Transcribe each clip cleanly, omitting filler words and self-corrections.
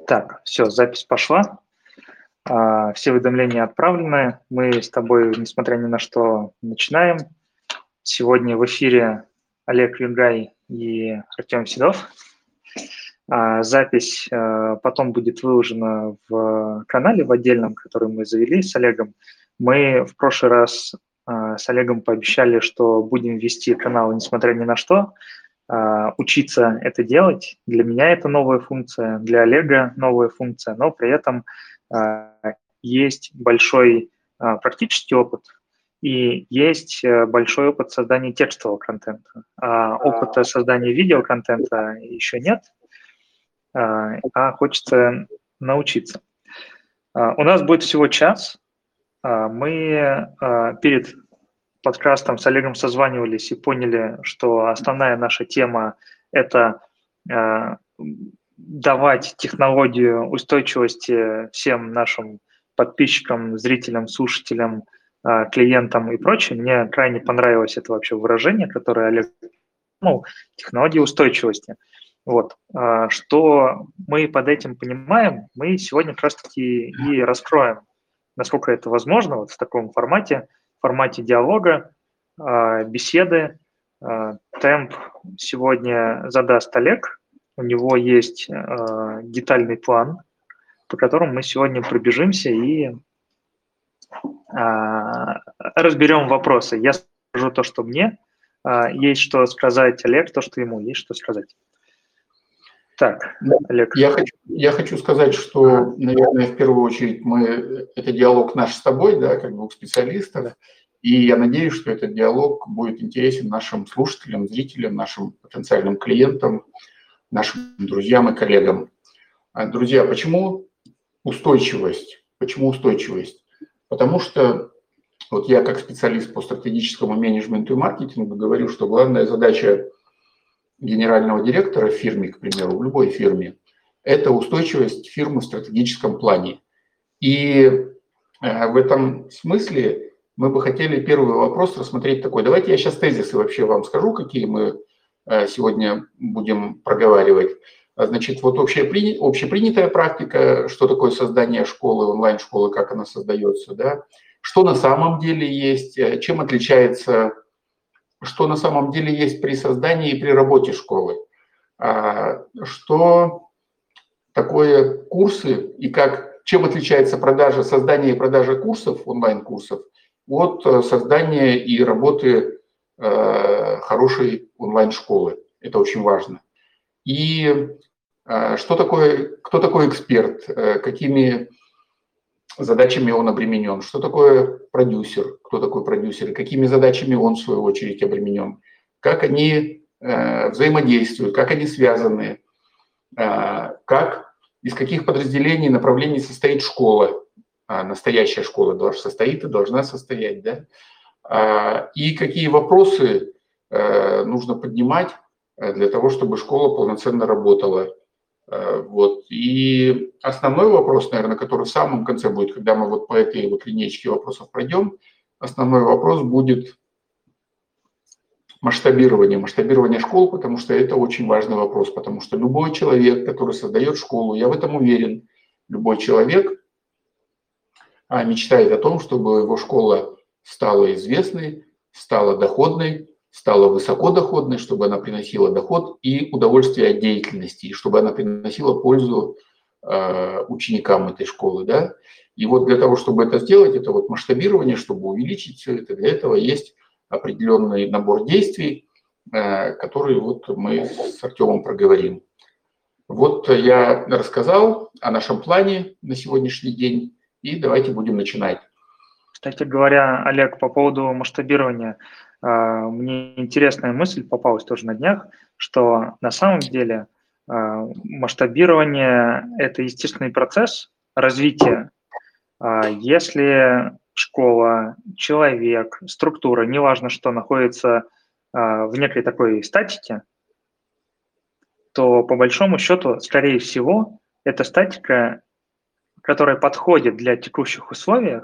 Так, все, запись пошла. Все уведомления отправлены. Мы с тобой, несмотря ни на что, начинаем. Сегодня в эфире Олег Югай и Артем Седов. Запись потом будет выложена в канале в отдельном, который мы завели с Олегом. Мы в прошлый раз с Олегом пообещали, что будем вести канал, несмотря ни на что. Учиться это делать. Для меня это новая функция, для Олега новая функция, но при этом есть большой практический опыт и есть большой опыт создания текстового контента. Опыта создания видеоконтента еще нет, а хочется научиться. У нас будет всего час. Мы перед подкастом с Олегом созванивались и поняли, что основная наша тема – это давать технологию устойчивости всем нашим подписчикам, зрителям, слушателям, клиентам и прочее. Мне крайне понравилось это вообще выражение, которое Олег придумал, технология устойчивости. Вот. Что мы под этим понимаем, мы сегодня как раз-таки и раскроем, насколько это возможно вот в таком формате диалога, беседы. Темп сегодня задаст Олег. У него есть детальный план, по которому мы сегодня пробежимся и разберем вопросы. Я скажу то, что мне есть что сказать, Олег, то, что ему есть что сказать. Так, Олег. Я хочу сказать, что, наверное, в первую очередь это диалог наш с тобой, да, как двух специалистов, да. И я надеюсь, что этот диалог будет интересен нашим слушателям, зрителям, нашим потенциальным клиентам, нашим друзьям и коллегам. Друзья, почему устойчивость? Почему устойчивость? Потому что вот я как специалист по стратегическому менеджменту и маркетингу говорю, что главная задача генерального директора в фирме, к примеру, в любой фирме, это устойчивость фирмы в стратегическом плане. И в этом смысле мы бы хотели первый вопрос рассмотреть такой. Давайте я сейчас тезисы вообще вам скажу, какие мы сегодня будем проговаривать. Значит, вот общепринятая практика, что такое создание школы, онлайн-школы, как она создается, да? Что на самом деле есть, чем отличается, что на самом деле есть при создании и при работе школы, что такое курсы и чем отличается создание и продажа курсов, онлайн-курсов, от создания и работы хорошей онлайн-школы. Это очень важно. И кто такой эксперт, какими задачами он обременен, что такое продюсер, кто такой продюсер, и какими задачами он, в свою очередь, обременен, как они взаимодействуют, как они связаны, из каких подразделений, направлений состоит школа, настоящая школа состоит и должна состоять, да, и какие вопросы нужно поднимать для того, чтобы школа полноценно работала. Вот. И основной вопрос, наверное, который в самом конце будет, когда мы вот по этой вот линейке вопросов пройдем, основной вопрос будет масштабирование школ, потому что это очень важный вопрос, потому что любой человек, который создает школу, я в этом уверен, любой человек мечтает о том, чтобы его школа стала известной, стала доходной, стала высокодоходной, чтобы она приносила доход и удовольствие от деятельности, и чтобы она приносила пользу ученикам этой школы. Да? И вот для того, чтобы это сделать, это вот масштабирование, чтобы увеличить все это, для этого есть определенный набор действий, которые вот мы с Артемом проговорим. Вот я рассказал о нашем плане на сегодняшний день, и давайте будем начинать. Кстати говоря, Олег, по поводу масштабирования, мне интересная мысль попалась тоже на днях, что на самом деле масштабирование – это естественный процесс развития. Если школа, человек, структура, неважно что, находится в некой такой статике, то по большому счету, скорее всего, эта статика, которая подходит для текущих условий,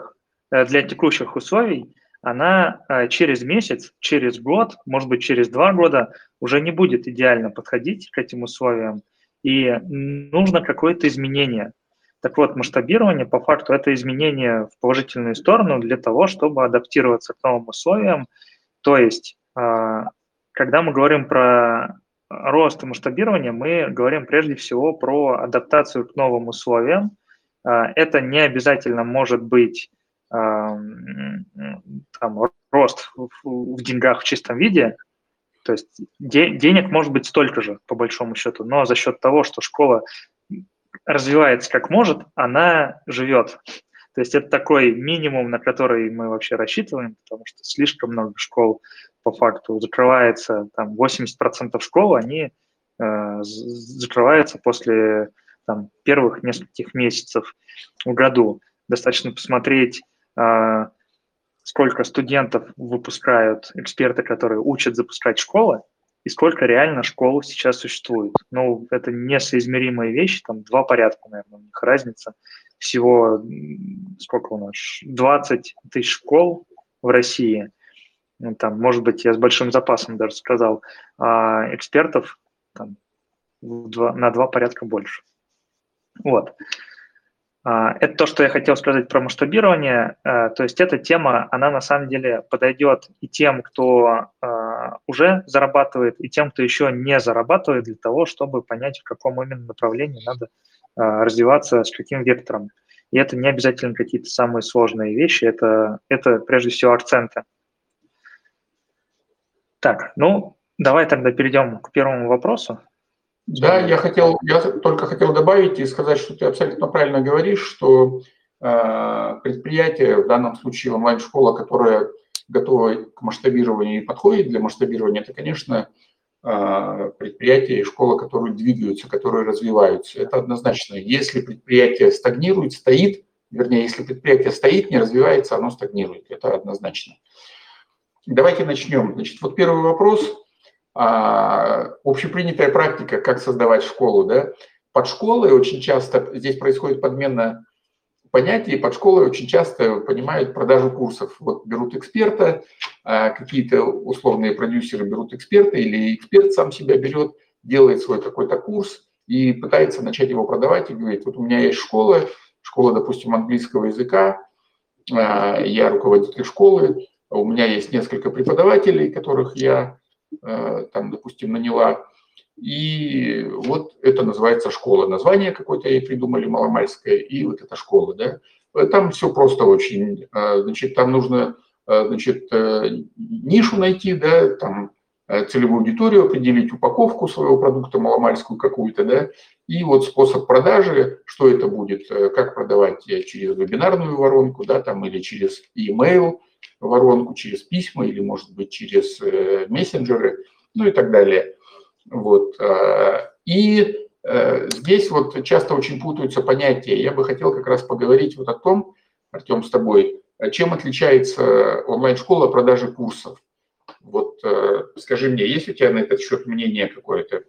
она через месяц, через год, может быть, через 2 года уже не будет идеально подходить к этим условиям. и нужно какое-то изменение. Так вот, масштабирование по факту это изменение в положительную сторону для того, чтобы адаптироваться к новым условиям. То есть, когда мы говорим про рост и масштабирование, мы говорим прежде всего про адаптацию к новым условиям. Это не обязательно может быть там, рост в деньгах в чистом виде, то есть денег может быть столько же, по большому счету, но за счет того, что школа развивается как может, она живет. То есть это такой минимум, на который мы вообще рассчитываем, потому что слишком много школ по факту закрывается, там 80% школ, они закрываются после первых нескольких месяцев в году. Достаточно посмотреть, сколько студентов выпускают эксперты, которые учат запускать школы, и сколько реально школ сейчас существует. Ну, это несоизмеримые вещи, там 2 порядка, наверное, у них разница. Всего, сколько у нас, 20 тысяч школ в России. Ну, там, может быть, я с большим запасом даже сказал, а экспертов там, на 2 порядка больше. Вот. Это то, что я хотел сказать про масштабирование. То есть эта тема, она на самом деле подойдет и тем, кто уже зарабатывает, и тем, кто еще не зарабатывает, для того, чтобы понять, в каком именно направлении надо развиваться, с каким вектором. И это не обязательно какие-то самые сложные вещи, это прежде всего акценты. Так, ну, давай тогда перейдем к первому вопросу. Да, я только хотел добавить и сказать, что ты абсолютно правильно говоришь, что предприятие, в данном случае онлайн-школа, которая готова к масштабированию и подходит для масштабирования, это, конечно, предприятия и школы, которые двигаются, которые развиваются. Это однозначно. Если предприятие стагнирует, стоит, вернее, если предприятие стоит, не развивается, оно стагнирует. Это однозначно. Давайте начнем. Значит, вот первый вопрос. Общепринятая практика, как создавать школу. Да? Под школой очень часто, здесь происходит подмена понятий, под школой очень часто понимают продажу курсов. Вот берут эксперта, какие-то условные продюсеры берут эксперта, или эксперт сам себя берет, делает свой какой-то курс и пытается начать его продавать и говорит, вот у меня есть школа, допустим, английского языка, я руководитель школы, у меня есть несколько преподавателей, которых я там, допустим, наняла. И вот это называется школа. Название какое-то ей придумали, маломальское, и вот эта школа. Да? Там все просто очень. Значит, там нужно нишу найти, да, там целевую аудиторию определить, упаковку своего продукта маломальскую какую-то, да, и вот способ продажи, что это будет, как продавать через вебинарную воронку, да, там, или через e-mail воронку, через письма, или, может быть, через мессенджеры, ну и так далее. Вот. И здесь вот часто очень путаются понятия. Я бы хотел как раз поговорить вот о том, Артем, с тобой, чем отличается онлайн-школа продажи курсов. Вот скажи мне, есть у тебя на этот счет мнение какое-то?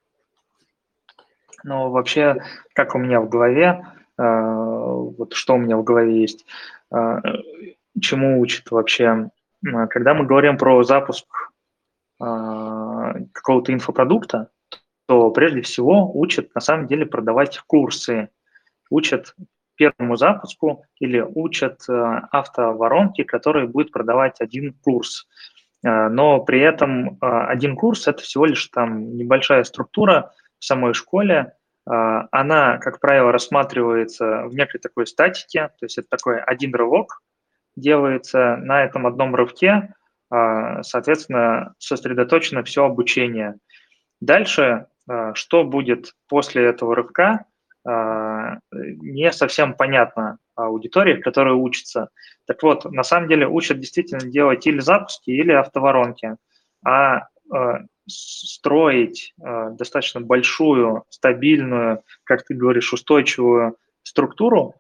Ну, вообще, как у меня в голове, вот что у меня в голове есть, чему учат вообще. Когда мы говорим про запуск какого-то инфопродукта, то прежде всего учат на самом деле продавать курсы, учат первому запуску или учат автоворонки, которые будет продавать один курс. Но при этом один курс – это всего лишь там небольшая структура в самой школе. Она, как правило, рассматривается в некой такой статике, то есть это такой один рывок делается на этом одном рывке, соответственно, сосредоточено все обучение. Дальше, что будет после этого рывка, не совсем понятно аудитории, которая учится. Так вот, на самом деле учат действительно делать или запуски, или автоворонки, а строить достаточно большую, стабильную, как ты говоришь, устойчивую структуру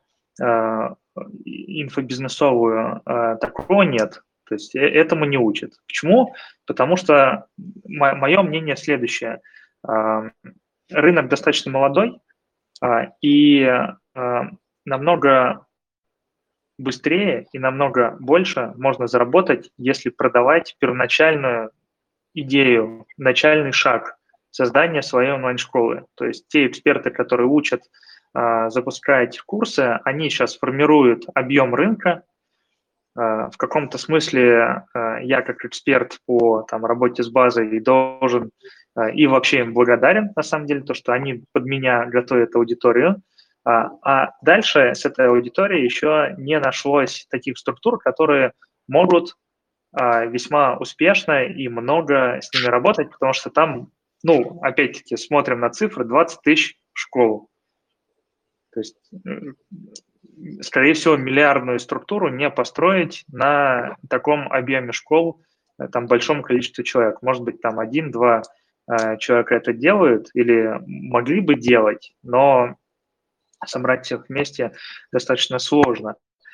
инфобизнесовую, такого нет. То есть этому не учат. Почему? Потому что мое мнение следующее. Рынок достаточно молодой, и намного быстрее и намного больше можно заработать, если продавать первоначальную идею, начальный шаг создания своей онлайн-школы. То есть те эксперты, которые учат запускать курсы, они сейчас формируют объем рынка. В каком-то смысле я как эксперт по работе с базой должен и вообще им благодарен, на самом деле, то, что они под меня готовят аудиторию. А дальше с этой аудиторией еще не нашлось таких структур, которые могут весьма успешно и много с ними работать, потому что там, опять-таки, смотрим на цифры, 20 тысяч школ. То есть, скорее всего, миллиардную структуру не построить на таком объеме школ, большом количестве человек. Может быть, там 1-2 человека это делают или могли бы делать, но собрать всех вместе достаточно сложно.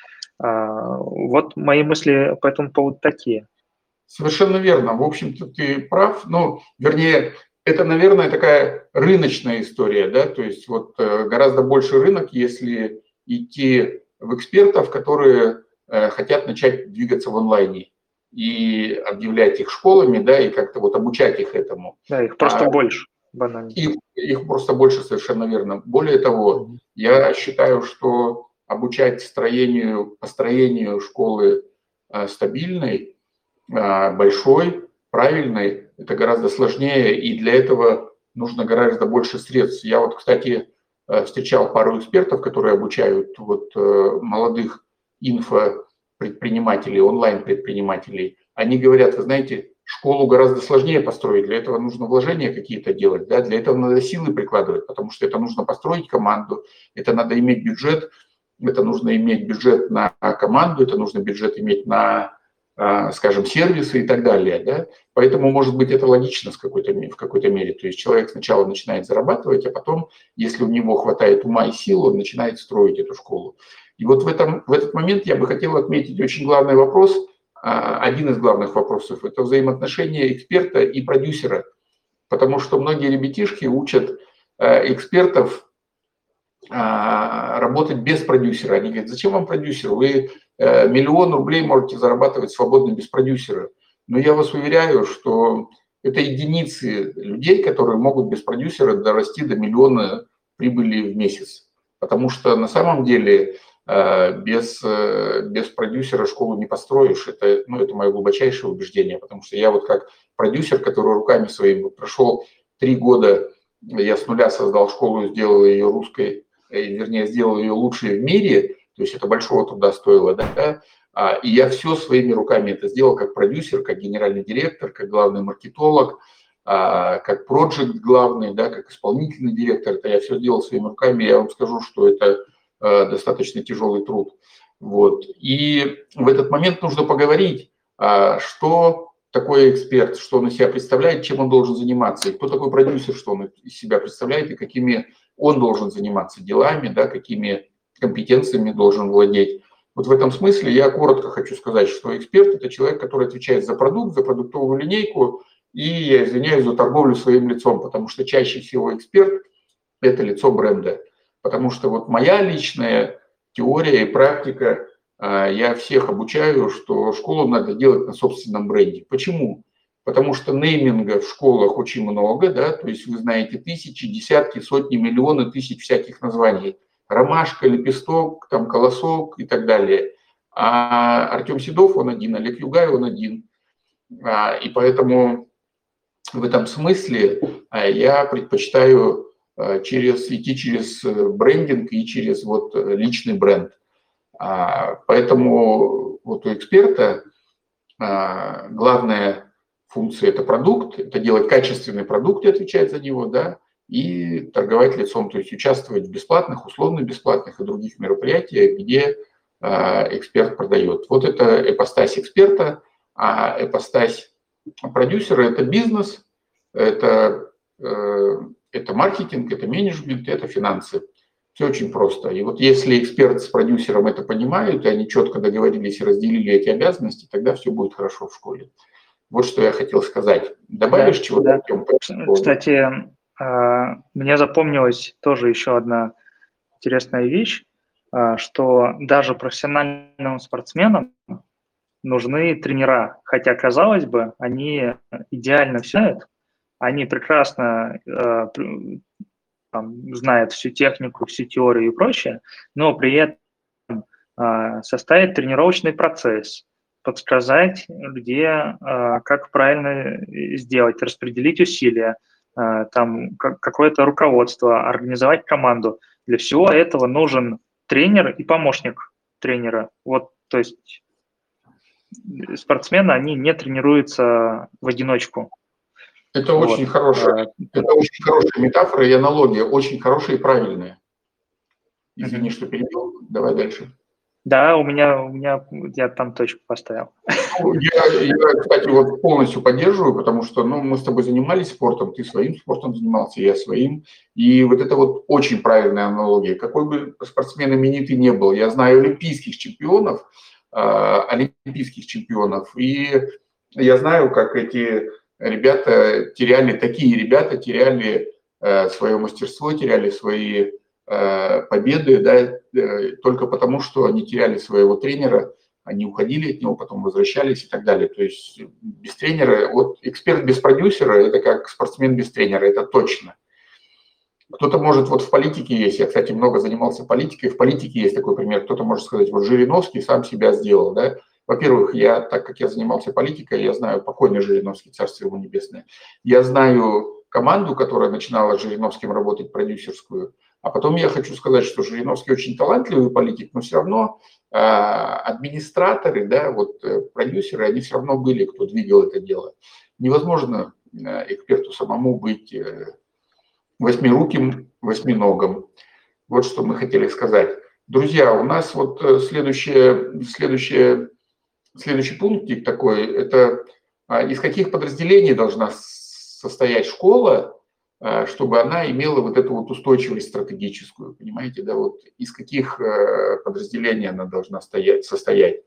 Вот мои мысли по этому поводу такие. Совершенно верно. В общем-то, ты прав. Вернее, это, наверное, такая рыночная история, да, то есть вот гораздо больше рынок, если идти в экспертов, которые хотят начать двигаться в онлайне и объявлять их школами, да, и как-то вот обучать их этому. Да, их просто больше, банально. Их просто больше, совершенно верно. Более того, я считаю, что обучать построению школы стабильной, большой, правильной, это гораздо сложнее, и для этого нужно гораздо больше средств. Я вот, кстати, встречал пару экспертов, которые обучают молодых инфопредпринимателей, онлайн-предпринимателей. Они говорят, вы знаете, школу гораздо сложнее построить, для этого нужно вложения какие-то делать, да? Для этого надо силы прикладывать, потому что это нужно построить команду, это надо иметь бюджет, это нужно иметь бюджет на команду, это нужно бюджет иметь на, скажем, сервисы и так далее. Да? Поэтому, может быть, это логично в какой-то мере. То есть человек сначала начинает зарабатывать, а потом, если у него хватает ума и сил, он начинает строить эту школу. И вот в этот момент я бы хотел отметить очень главный вопрос, один из главных вопросов – это взаимоотношения эксперта и продюсера. Потому что многие ребятишки учат экспертов работать без продюсера. Они говорят, зачем вам продюсер? Вы 1 000 000 рублей можете зарабатывать свободно без продюсера. Но я вас уверяю, что это единицы людей, которые могут без продюсера дорасти до 1 000 000 прибыли в месяц. Потому что на самом деле без продюсера школу не построишь. Это мое глубочайшее убеждение, потому что я вот как продюсер, который руками своими прошел 3 года, я с нуля создал школу, сделал ее русской, вернее, сделал ее лучшей в мире, то есть это большого труда стоило, да, и я все своими руками это сделал как продюсер, как генеральный директор, как главный маркетолог, как проект главный, да, как исполнительный директор, это я все сделал своими руками, я вам скажу, что это достаточно тяжелый труд. Вот. И в этот момент нужно поговорить, что такое эксперт, что он из себя представляет, чем он должен заниматься, и кто такой продюсер, что он из себя представляет, и какими он должен заниматься делами, да, какими компетенциями должен владеть. Вот в этом смысле я коротко хочу сказать, что эксперт – это человек, который отвечает за продукт, за продуктовую линейку, и я извиняюсь за торговлю своим лицом, потому что чаще всего эксперт – это лицо бренда. Потому что вот моя личная теория и практика, я всех обучаю, что школу надо делать на собственном бренде. Почему? Потому что нейминга в школах очень много, да, то есть вы знаете тысячи, десятки, сотни, миллионы тысяч всяких названий. Ромашка, лепесток, там колосок и так далее. А Артем Седов, он один, Олег Югай, он один. И поэтому в этом смысле я предпочитаю идти через брендинг и через личный бренд. Поэтому у эксперта главная функция – это продукт, это делать качественный продукт и отвечать за него, да, и торговать лицом, то есть участвовать в бесплатных, условно-бесплатных и других мероприятиях, где эксперт продает. Вот это ипостась эксперта, а ипостась продюсера – это бизнес, это маркетинг, это менеджмент, это финансы. Все очень просто. И вот если эксперт с продюсером это понимают, и они четко договорились и разделили эти обязанности, тогда все будет хорошо в школе. Вот что я хотел сказать. Добавишь чего-то? Да. Кстати, мне запомнилась тоже еще одна интересная вещь, что даже профессиональным спортсменам нужны тренера. Хотя, казалось бы, они идеально все знают, они прекрасно знают всю технику, всю теорию и прочее, но при этом составить тренировочный процесс, подсказать, где, как правильно сделать, распределить усилия, там какое-то руководство, организовать команду. Для всего этого нужен тренер и помощник тренера. Вот, то есть спортсмены, они не тренируются в одиночку. Это очень хорошая метафора и аналогия, очень хорошая и правильная. Извини, что перебил. Давай дальше. Да, у меня я там точку поставил. Я, кстати, вот полностью поддерживаю, потому что мы с тобой занимались спортом, ты своим спортом занимался, я своим. И вот это вот очень правильная аналогия. Какой бы спортсмен именитый не был, я знаю олимпийских чемпионов, и я знаю, как эти ребята теряли свое мастерство, теряли свои победы, да, только потому, что они теряли своего тренера, они уходили от него, потом возвращались и так далее. То есть без тренера, вот эксперт без продюсера – это как спортсмен без тренера, это точно. Кто-то может, вот в политике есть, я, кстати, много занимался политикой, в политике есть такой пример, кто-то может сказать, вот Жириновский сам себя сделал, да. Во-первых, так как я занимался политикой, я знаю покойный Жириновский, царство ему небесное, я знаю команду, которая начинала с Жириновским работать, продюсерскую, а потом я хочу сказать, что Жириновский очень талантливый политик, но все равно администраторы, да, вот продюсеры, они все равно были, кто двигал это дело. Невозможно эксперту самому быть восьмируким, восьминогим. Вот что мы хотели сказать. Друзья, у нас вот следующий пунктик такой, это из каких подразделений должна состоять школа, чтобы она имела вот эту вот устойчивость стратегическую, понимаете, да, вот из каких подразделений она должна состоять,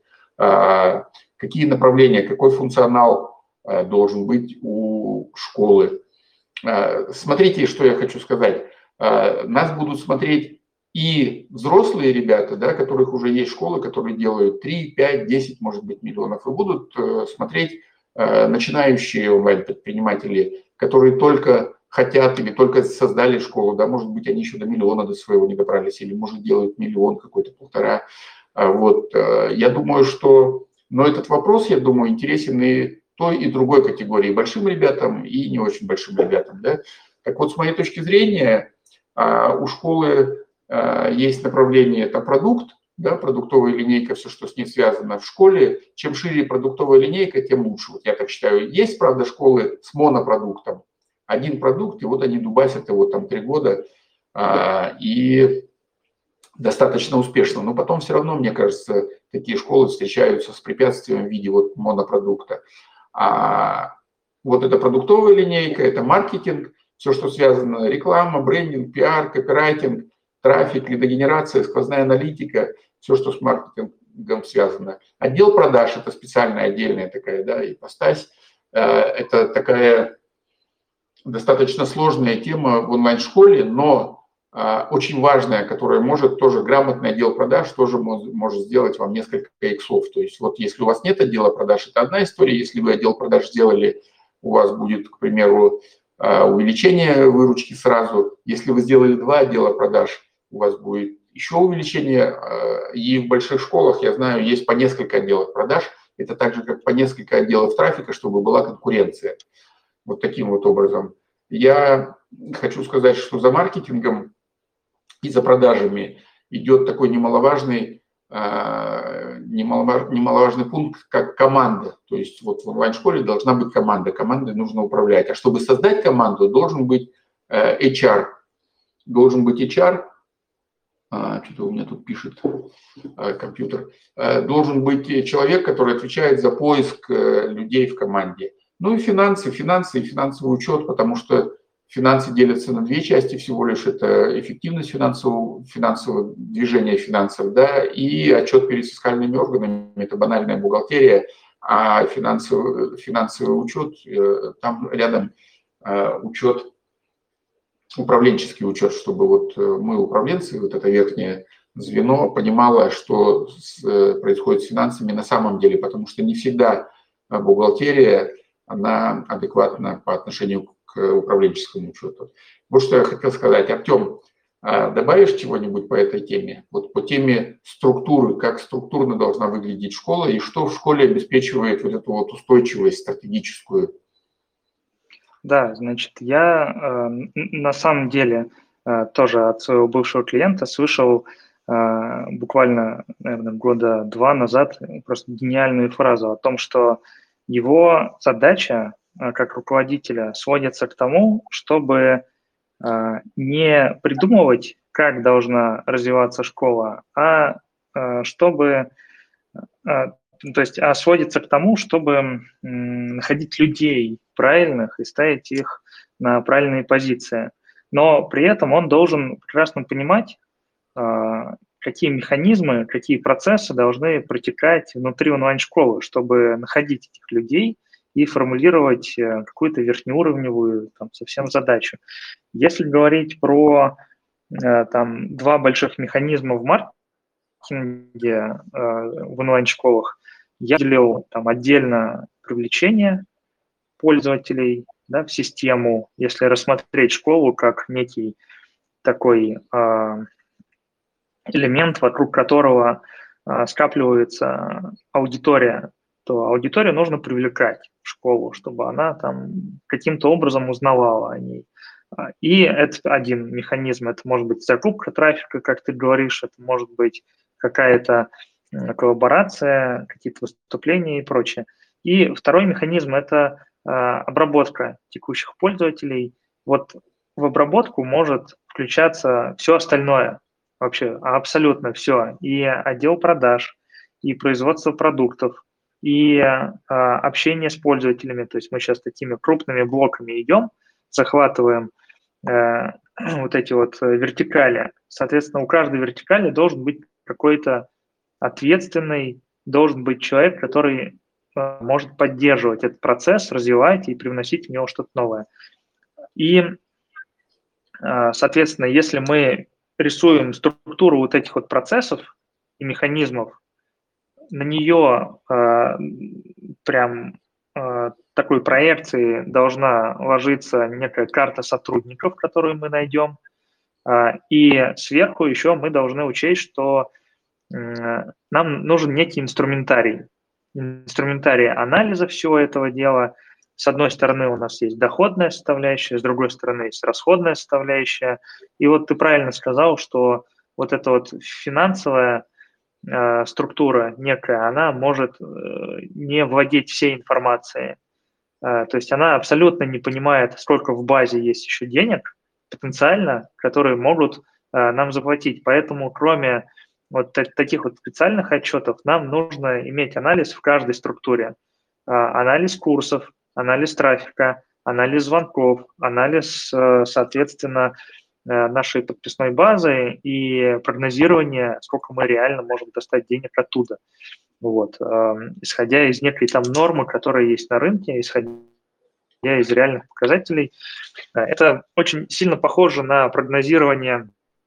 какие направления, какой функционал должен быть у школы. Смотрите, что я хочу сказать. Нас будут смотреть и взрослые ребята, да, которых уже есть школы, которые делают 3, 5, 10, может быть, миллионов, и будут смотреть начинающие онлайн-предприниматели, которые только хотят или только создали школу, да, может быть, они еще до миллиона до своего не добрались, или, может, делают миллион, какой-то полтора. Вот, я думаю, что, но этот вопрос, я думаю, интересен и той, и другой категории, большим ребятам и не очень большим ребятам, да. Так вот, с моей точки зрения, у школы есть направление, это продукт, да, продуктовая линейка, все, что с ней связано в школе. Чем шире продуктовая линейка, тем лучше. Вот я так считаю. Есть, правда, школы с монопродуктом. Один продукт, и вот они дубасят его там 3 года, и достаточно успешно. Но потом все равно, мне кажется, такие школы встречаются с препятствием в виде вот монопродукта. Вот это продуктовая линейка, это маркетинг, все, что связано, реклама, брендинг, пиар, копирайтинг, трафик, лидогенерация, сквозная аналитика, все, что с маркетингом связано. Отдел продаж – это специальная отдельная такая, да, ипостась. Это такая достаточно сложная тема в онлайн-школе, но очень важная, которая может тоже грамотный отдел продаж тоже может сделать вам несколько иксов. То есть вот если у вас нет отдела продаж, это одна история. Если вы отдел продаж сделали, у вас будет, к примеру, увеличение выручки сразу. Если вы сделали 2 отдела продаж, у вас будет еще увеличение. И в больших школах, я знаю, есть по несколько отделов продаж. Это так же, как по несколько отделов трафика, чтобы была конкуренция. Вот таким вот образом. Я хочу сказать, что за маркетингом и за продажами идет такой немаловажный пункт, как команда. То есть вот в онлайн-школе должна быть команда, командой нужно управлять. А чтобы создать команду, должен быть HR. Должен быть HR, что-то у меня тут пишет компьютер, должен быть человек, который отвечает за поиск людей в команде. Ну и финансы и финансовый учет, потому что финансы делятся на 2 части всего лишь. Это эффективность финансового движения финансов, да, и отчет перед фискальными органами, это банальная бухгалтерия, а финансовый учет, там рядом учет, управленческий учет, чтобы вот мы, управленцы, вот это верхнее звено, понимало, что происходит с финансами на самом деле, потому что не всегда бухгалтерия, она адекватна по отношению к управленческому учету. Вот что я хотел сказать. Артем, добавишь чего-нибудь по этой теме? Вот по теме структуры, как структурно должна выглядеть школа и что в школе обеспечивает вот эту вот устойчивость стратегическую? Да, значит, я на самом деле тоже от своего бывшего клиента слышал буквально, наверное, года 2 назад просто гениальную фразу о том, что его задача как руководителя сводится к тому, чтобы не придумывать, как должна развиваться школа, чтобы то есть, сводится к тому, чтобы находить людей правильных и ставить их на правильные позиции. Но при этом он должен прекрасно понимать, какие механизмы, какие процессы должны протекать внутри онлайн-школы, чтобы находить этих людей и формулировать какую-то верхнеуровневую там, совсем задачу. Если говорить про там, два больших механизма в маркетинге в онлайн-школах, я делил там отдельно привлечение пользователей, да, в систему, если рассмотреть школу как некий такой элемент, вокруг которого скапливается аудитория, то аудиторию нужно привлекать в школу, чтобы она там каким-то образом узнавала о ней. И это один механизм. Это может быть закупка трафика, как ты говоришь, это может быть какая-то коллаборация, какие-то выступления и прочее. И второй механизм – это обработка текущих пользователей. Вот в обработку может включаться все остальное, вообще абсолютно все. И отдел продаж, и производство продуктов, и общение с пользователями. То есть мы сейчас такими крупными блоками идем, захватываем вот эти вот вертикали. Соответственно, у каждой вертикали должен быть какой-то ответственный, должен быть человек, который может поддерживать этот процесс, развивать и привносить в него что-то новое. И, соответственно, если мы рисуем структуру вот этих вот процессов и механизмов, на нее прям такой проекции должна ложиться некая карта сотрудников, которую мы найдем, и сверху еще мы должны учесть, что нам нужен некий инструментарий анализа всего этого дела. С одной стороны у нас есть доходная составляющая, с другой стороны есть расходная составляющая. И вот ты правильно сказал, что вот эта вот финансовая структура некая, она может не владеть всей информацией. То есть она абсолютно не понимает, сколько в базе есть еще денег потенциально, которые могут нам заплатить. Поэтому кроме вот таких вот специальных отчетов нам нужно иметь анализ в каждой структуре. Анализ курсов, анализ трафика, анализ звонков, анализ, соответственно, нашей подписной базы и прогнозирование, сколько мы реально можем достать денег оттуда. Вот. Исходя из некой там нормы, которая есть на рынке, исходя из реальных показателей. Это очень сильно похоже на прогнозирование,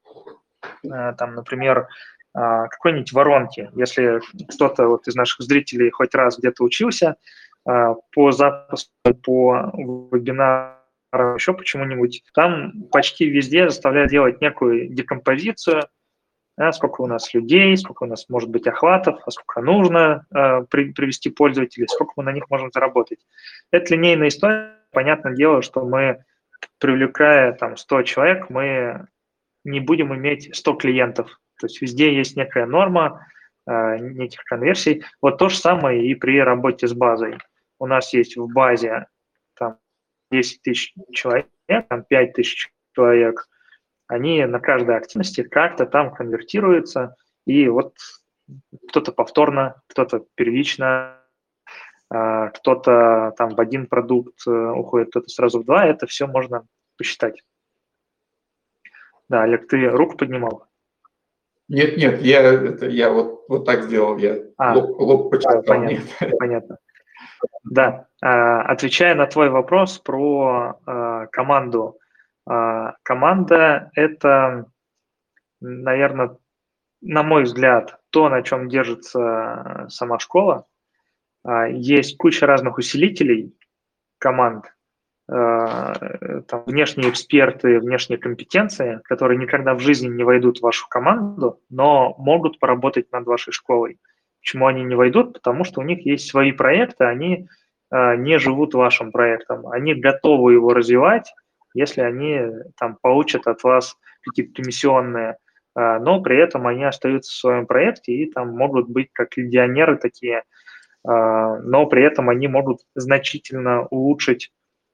там, например, какой-нибудь воронки. Если кто-то вот из наших зрителей хоть раз где-то учился по запуску, по вебинарам, еще почему-нибудь, там почти везде заставляют делать некую декомпозицию, да, сколько у нас людей, сколько у нас может быть охватов, а сколько нужно привести пользователей, сколько мы на них можем заработать. Это линейная история. Понятное дело, что мы, привлекая там 100 человек, мы не будем иметь 100 клиентов. То есть везде есть некая норма, неких конверсий. Вот то же самое и при работе с базой. У нас есть в базе там 10 тысяч человек, там 5 тысяч человек, они на каждой активности как-то там конвертируются, и вот кто-то повторно, кто-то первично, кто-то там в один продукт уходит, кто-то сразу в два, это все можно посчитать. Да, Олег, ты руку поднимал? Нет, я вот так сделал, я лоб почесал. Понятно. Да, отвечая на твой вопрос про команду. Команда – это, наверное, на мой взгляд, то, на чем держится сама школа. Есть куча разных усилителей команд, там, внешние эксперты, внешние компетенции, которые никогда в жизни не войдут в вашу команду, но могут поработать над вашей школой. Почему они не войдут? Потому что у них есть свои проекты, они не живут вашим проектом. Они готовы его развивать, если они там получат от вас какие-то комиссионные, но при этом они остаются в своем проекте и там могут быть как легионеры такие, но при этом они могут значительно улучшить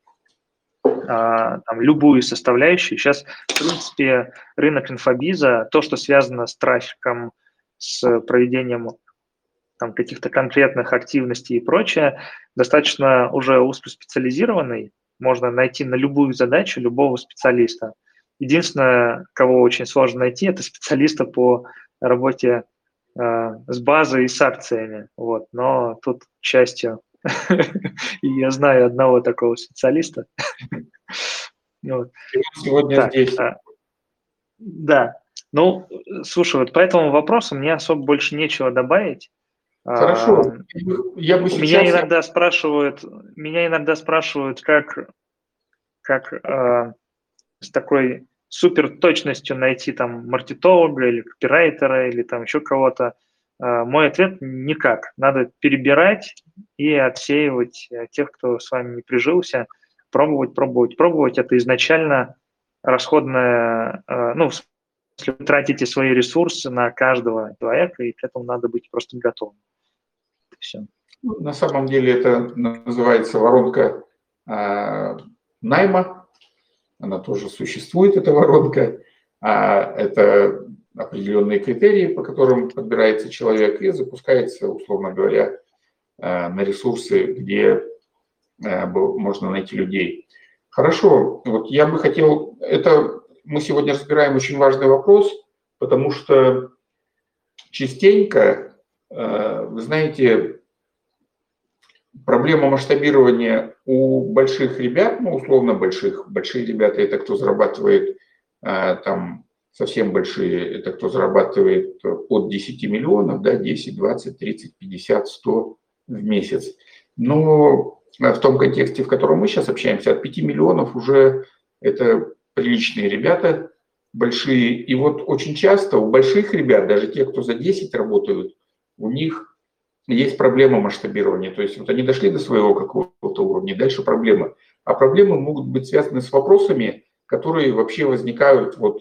там, любую составляющую. Сейчас, в принципе, рынок инфобиза, то, что связано с трафиком, с проведением там, каких-то конкретных активностей и прочее, достаточно уже узкоспециализированный. Можно найти на любую задачу любого специалиста. Единственное, кого очень сложно найти, это специалиста по работе с базой и с акциями. Вот. Но тут, к счастью, и я знаю одного такого специалиста. Сегодня здесь. Да. Ну, слушай, вот по этому вопросу мне особо больше нечего добавить. Хорошо. Я бы сейчас... Меня иногда спрашивают, как с такой супер точностью найти там маркетолога или копирайтера или там еще кого-то. Мой ответ – никак. Надо перебирать и отсеивать тех, кто с вами не прижился, пробовать. Это изначально расходное, ну, в смысле, вы тратите свои ресурсы на каждого человека, и к этому надо быть просто готовым. Все. На самом деле это называется воронка найма. Она тоже существует, эта воронка. Это определенные критерии, по которым подбирается человек и запускается, условно говоря, на ресурсы, где можно найти людей. Хорошо, вот я бы хотел, мы сегодня разбираем очень важный вопрос, потому что частенько, вы знаете, проблема масштабирования у больших ребят, ну, условно большие ребята – это кто зарабатывает там совсем большие, это кто зарабатывает от 10 миллионов, да, 10, 20, 30, 50, 100 в месяц. Но в том контексте, в котором мы сейчас общаемся, от 5 миллионов уже это приличные ребята, большие. И вот очень часто у больших ребят, даже те, кто за 10 работают, у них есть проблема масштабирования. То есть вот они дошли до своего какого-то уровня, дальше проблема. А проблемы могут быть связаны с вопросами, которые вообще возникают вот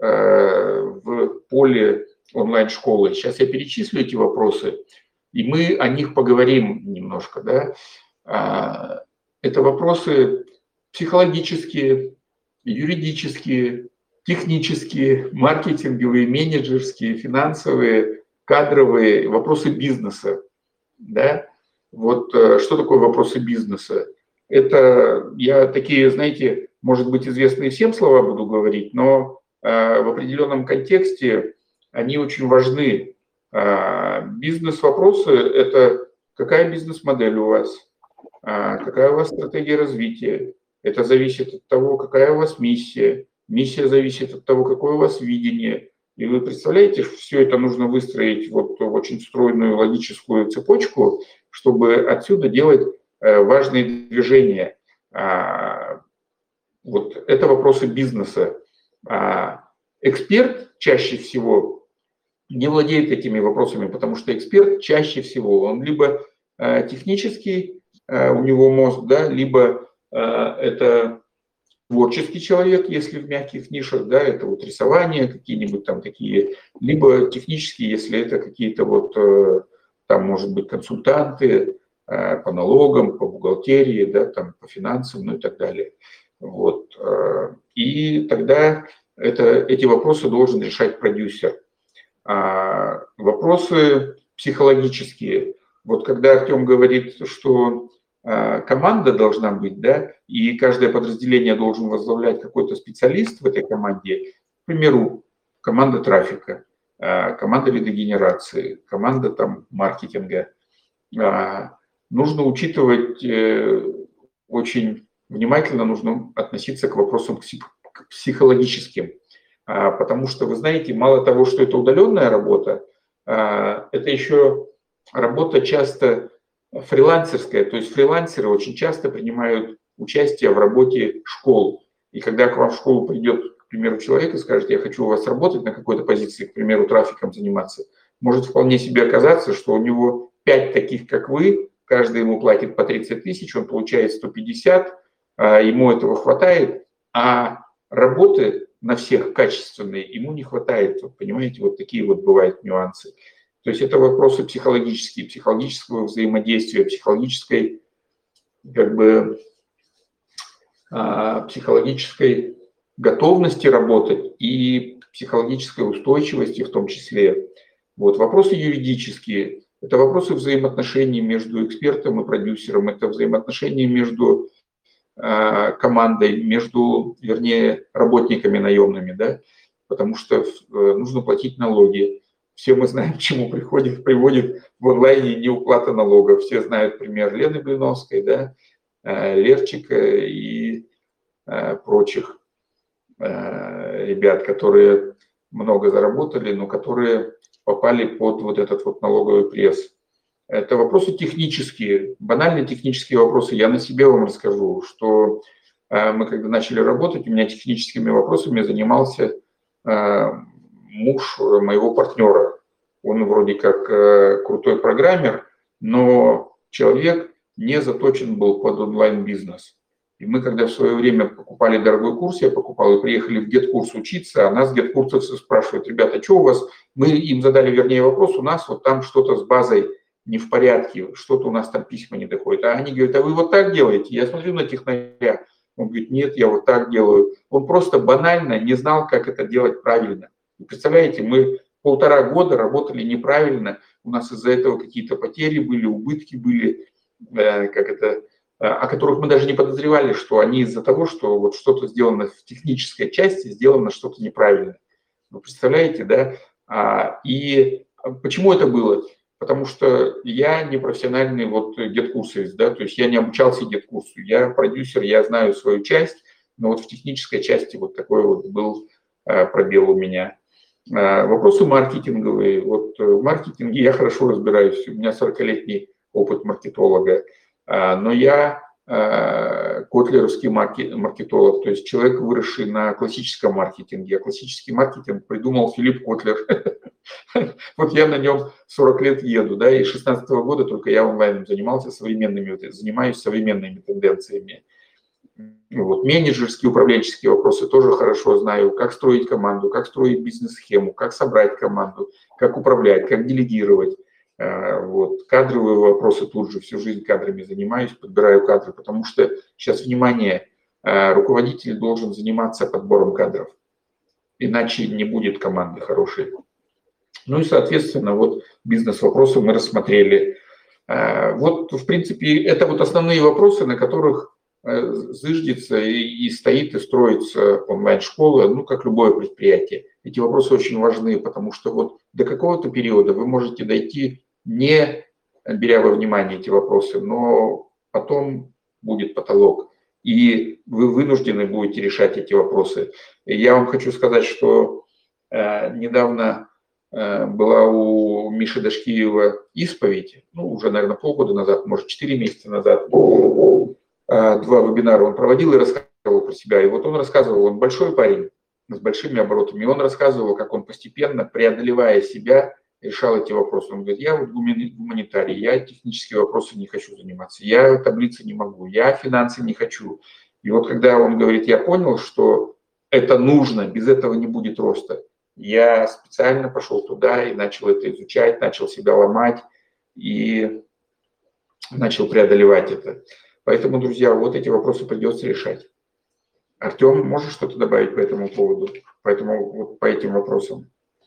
в поле онлайн-школы. Сейчас я перечислю эти вопросы, и мы о них поговорим немножко. Да? Это вопросы психологические, юридические, технические, маркетинговые, менеджерские, финансовые, кадровые, вопросы бизнеса. Да? Вот что такое вопросы бизнеса? Это я такие, знаете, может быть, известные всем слова буду говорить, но в определенном контексте они очень важны. Бизнес-вопросы – это какая бизнес-модель у вас, какая у вас стратегия развития. Это зависит от того, какая у вас миссия. Миссия зависит от того, какое у вас видение. И вы представляете, все это нужно выстроить вот в очень стройную логическую цепочку, чтобы отсюда делать важные движения. Вот это вопросы бизнеса. Эксперт чаще всего не владеет этими вопросами, потому что эксперт чаще всего, он либо технический, у него мозг, да, либо это творческий человек, если в мягких нишах, да, это вот рисование, какие-нибудь там такие, либо технические, если это какие-то вот, там, может быть, консультанты по налогам, по бухгалтерии, да, там, по финансам, ну и так далее. Вот. И тогда эти вопросы должен решать продюсер. Вопросы психологические. Вот когда Артем говорит, что команда должна быть, да, и каждое подразделение должен возглавлять какой-то специалист в этой команде, к примеру, команда трафика, команда лидогенерации, команда там маркетинга. Нужно учитывать очень внимательно, нужно относиться к вопросам психологическим, потому что, вы знаете, мало того, что это удаленная работа, это еще работа часто фрилансерская, то есть фрилансеры очень часто принимают участия в работе школ. И когда к вам в школу придет, к примеру, человек и скажет, я хочу у вас работать на какой-то позиции, к примеру, трафиком заниматься, может вполне себе оказаться, что у него 5 таких, как вы, каждый ему платит по 30 тысяч, он получает 150, ему этого хватает, а работы на всех качественные ему не хватает. Вот, понимаете, вот такие вот бывают нюансы. То есть это вопросы психологические, психологического взаимодействия, психологической, как бы, психологической готовности работать и психологической устойчивости в том числе. Вот. Вопросы юридические – это вопросы взаимоотношений между экспертом и продюсером, это взаимоотношения между командой, между, вернее, работниками наемными, да, потому что нужно платить налоги. Все мы знаем, к чему приводит в онлайне неуплата налогов. Все знают пример Лены Блиновской, да, Лерчика и прочих ребят, которые много заработали, но которые попали под вот этот вот налоговый пресс. Это вопросы технические, банальные технические вопросы. Я на себе вам расскажу, что мы когда начали работать, у меня техническими вопросами занимался муж моего партнера. Он вроде как крутой программер, но человек не заточен был под онлайн-бизнес. И мы, когда в свое время покупали дорогой курс, я покупал, и приехали в гет-курс учиться, а нас гет-курсовцы спрашивают, ребята, что у вас? Мы им задали, вернее, вопрос, у нас вот там что-то с базой не в порядке, что-то у нас там письма не доходят. А они говорят, а вы вот так делаете? Я смотрю на технаря, он говорит, нет, я вот так делаю. Он просто банально не знал, как это делать правильно. Вы представляете, мы 1,5 года работали неправильно, у нас из-за этого какие-то потери были, убытки были, о которых мы даже не подозревали, что они из-за того, что вот что-то сделано в технической части, сделано что-то неправильно. Вы представляете, да? И почему это было? Потому что я не профессиональный вот гет-курсовец, да, то есть я не обучался гет-курсу, я продюсер, я знаю свою часть, но вот в технической части вот такой вот был пробел у меня. Вопросы маркетинговые. Вот в маркетинге я хорошо разбираюсь, у меня 40-летний опыт маркетолога, но я котлеровский маркетолог, то есть человек, выросший на классическом маркетинге. А классический маркетинг придумал Филипп Котлер. Вот я на нем 40 лет еду, да, и с 2016 года только я онлайном занимаюсь современными тенденциями. Вот, менеджерские, управленческие вопросы тоже хорошо знаю, как строить команду, как строить бизнес-схему, как собрать команду, как управлять, как делегировать. Вот, кадровые вопросы тут же, всю жизнь кадрами занимаюсь, подбираю кадры, потому что сейчас, внимание, руководитель должен заниматься подбором кадров, иначе не будет команды хорошей. Ну и, соответственно, вот бизнес-вопросы мы рассмотрели. Вот, в принципе, это вот основные вопросы, на которых зыждется и стоит, и строится онлайн-школа, ну, как любое предприятие. Эти вопросы очень важны, потому что вот до какого-то периода вы можете дойти, не беря во внимание эти вопросы, но потом будет потолок, и вы вынуждены будете решать эти вопросы. И я вам хочу сказать, что недавно была у Миши Дашкиева исповедь, ну, уже, наверное, полгода назад, может, 4 месяца назад, 2 вебинара он проводил и рассказывал про себя. И вот он рассказывал, он большой парень с большими оборотами, и он рассказывал, как он постепенно, преодолевая себя, решал эти вопросы. Он говорит, я вот гуманитарий, я технические вопросы не хочу заниматься, я таблицы не могу, я финансы не хочу. И вот когда он говорит, я понял, что это нужно, без этого не будет роста, я специально пошел туда и начал это изучать, начал себя ломать и начал преодолевать это. Поэтому, друзья, вот эти вопросы придется решать. Артем, можешь что-то добавить по этому поводу, вот по этим вопросам?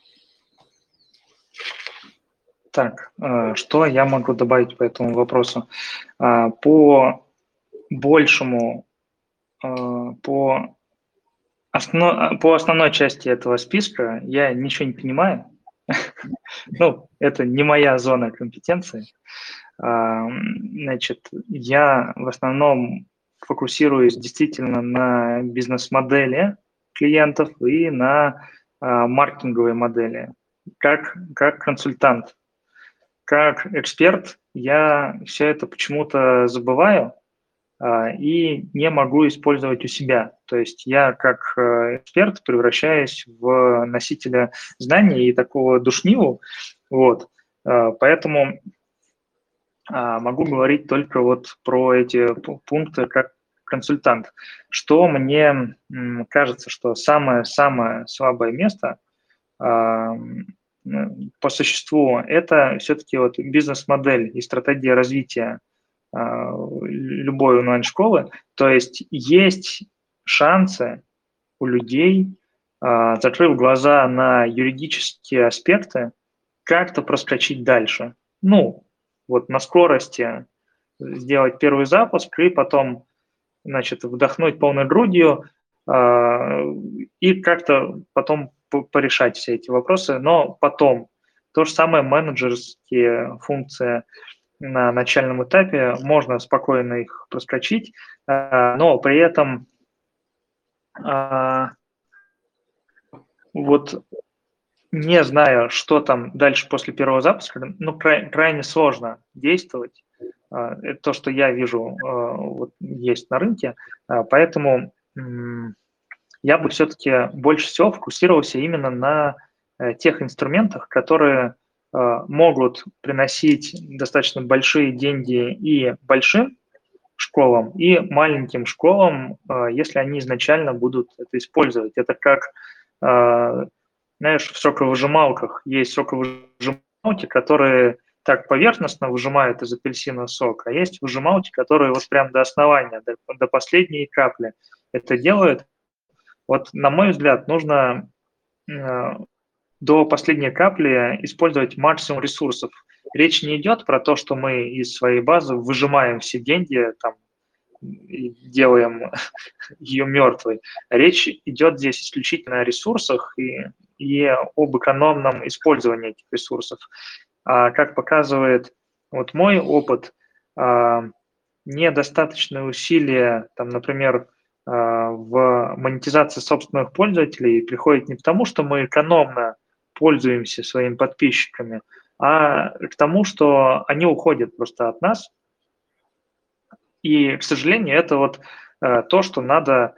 Так, что я могу добавить по этому вопросу? По большему, по основной части этого списка я ничего не понимаю. Ну, это не моя зона компетенции. Значит, я в основном фокусируюсь действительно на бизнес-модели клиентов и на маркетинговой модели. Как консультант, как эксперт я все это почему-то забываю, и не могу использовать у себя. То есть я как эксперт превращаюсь в носителя знаний и такого душнилу. Вот. Поэтому могу говорить только вот про эти пункты как консультант. Что мне кажется, что самое-самое слабое место по существу это все-таки вот бизнес-модель и стратегия развития любой онлайн-школы. То есть шансы у людей, закрыв глаза на юридические аспекты, как-то проскочить дальше. Ну, вот на скорости сделать первый запуск и потом, значит, вдохнуть полной грудью и как-то потом порешать все эти вопросы, но потом. То же самое менеджерские функции на начальном этапе, можно спокойно их проскочить, но при этом вот не зная, что там дальше после первого запуска, ну, крайне сложно действовать. Это то, что я вижу, вот есть на рынке. Поэтому я бы все-таки больше всего фокусировался именно на тех инструментах, которые могут приносить достаточно большие деньги и большим школам, и маленьким школам, если они изначально будут это использовать. Это как, знаешь, в соковыжималках есть соковыжималки, которые так поверхностно выжимают из апельсина сок, а есть выжималки, которые вот прям до основания, до последней капли это делают. Вот, на мой взгляд, нужно до последней капли использовать максимум ресурсов. Речь не идет про то, что мы из своей базы выжимаем все деньги, там, и делаем ее мертвой. Речь идет здесь исключительно о ресурсах и об экономном использовании этих ресурсов. Как показывает вот мой опыт, недостаточные усилия, там, например, в монетизации собственных пользователей приходит не потому, что мы экономно пользуемся своими подписчиками, а к тому, что они уходят просто от нас. И, к сожалению, это вот то, что надо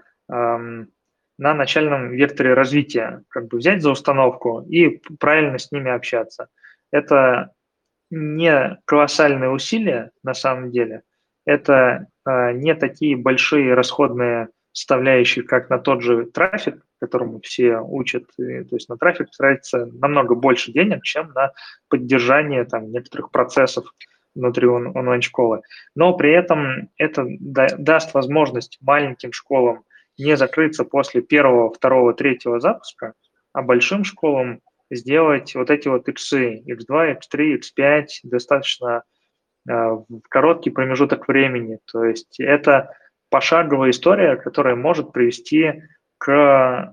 на начальном векторе развития как бы взять за установку и правильно с ними общаться. Это не колоссальные усилия на самом деле, это не такие большие расходные составляющие, как на тот же трафик, которому все учат. То есть на трафик тратится намного больше денег, чем на поддержание там, некоторых процессов внутри онлайн-школы. Но при этом это даст возможность маленьким школам не закрыться после первого, второго, третьего запуска, а большим школам сделать вот эти вот иксы, x2, x3, x5 достаточно в короткий промежуток времени. То есть это пошаговая история, которая может привести к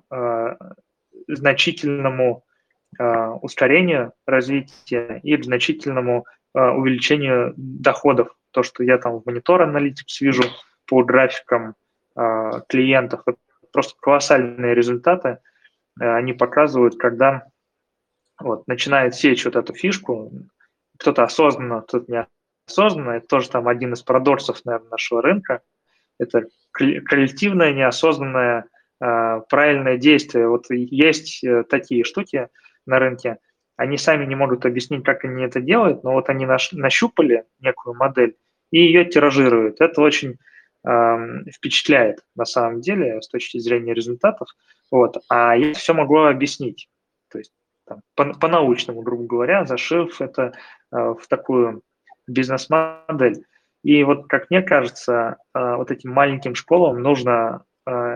значительному ускорению развития и к значительному увеличению доходов. То, что я там в Monitor Analytics вижу по графикам клиентов, это просто колоссальные результаты. Они показывают, когда вот, начинает сечь вот эту фишку, кто-то осознанно, кто-то неосознанно, это тоже там один из парадоксов, наверное, нашего рынка, это коллективное, неосознанное, правильное действие. Вот есть такие штуки на рынке, они сами не могут объяснить, как они это делают, но вот они нащупали некую модель и ее тиражируют. Это очень впечатляет на самом деле с точки зрения результатов. Вот. А я все могу объяснить. То есть там, по-научному, грубо говоря, зашив это в такую бизнес-модель. И вот, как мне кажется, вот этим маленьким школам нужно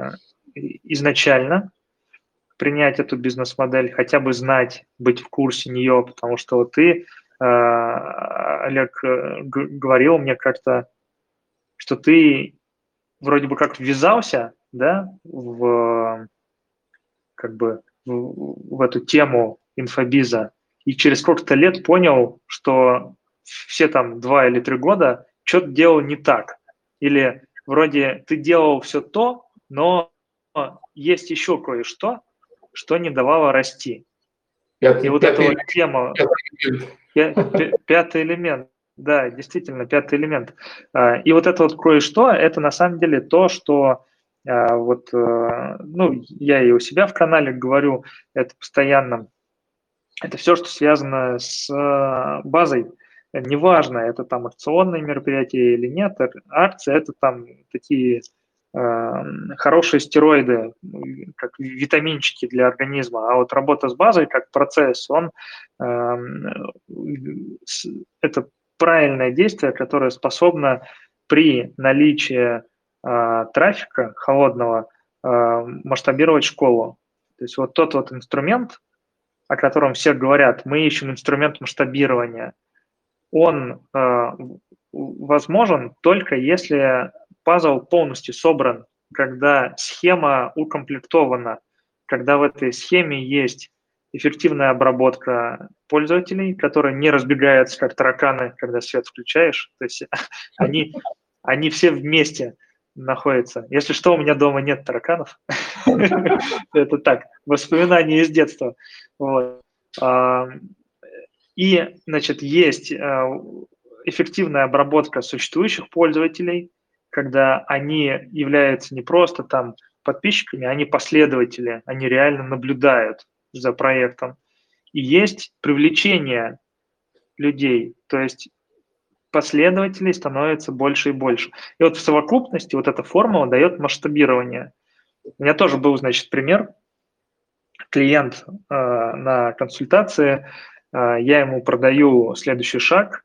изначально принять эту бизнес-модель, хотя бы знать, быть в курсе нее, потому что вот ты, Олег, говорил мне как-то, что ты вроде бы как ввязался, да, как бы в эту тему инфобиза, и через сколько-то лет понял, что все там 2 или 3 года что-то делал не так. Или вроде ты делал все то, но есть еще кое-что, что не давало расти. И вот эта вот тема, пятый элемент, Да, действительно, пятый элемент. И вот это вот кое-что, это на самом деле то, что ну, я и у себя в канале говорю, это постоянно, это все, что связано с базой. Неважно, это там акционные мероприятия или нет, акции – это там такие хорошие стероиды, как витаминчики для организма, а вот работа с базой как процесс, это правильное действие, которое способно при наличии трафика холодного масштабировать школу. То есть вот тот вот инструмент, о котором все говорят, мы ищем инструмент масштабирования, он возможен только если пазл полностью собран, когда схема укомплектована, когда в этой схеме есть эффективная обработка пользователей, которые не разбегаются, как тараканы, когда свет включаешь. То есть они все вместе находятся. Если что, у меня дома нет тараканов. Это так, воспоминания из детства. И, значит, есть эффективная обработка существующих пользователей, когда они являются не просто там подписчиками, они последователи, они реально наблюдают за проектом. И есть привлечение людей, то есть последователей становится больше и больше. И вот в совокупности вот эта формула дает масштабирование. У меня тоже был, значит, пример. Клиент на консультации, я ему продаю следующий шаг,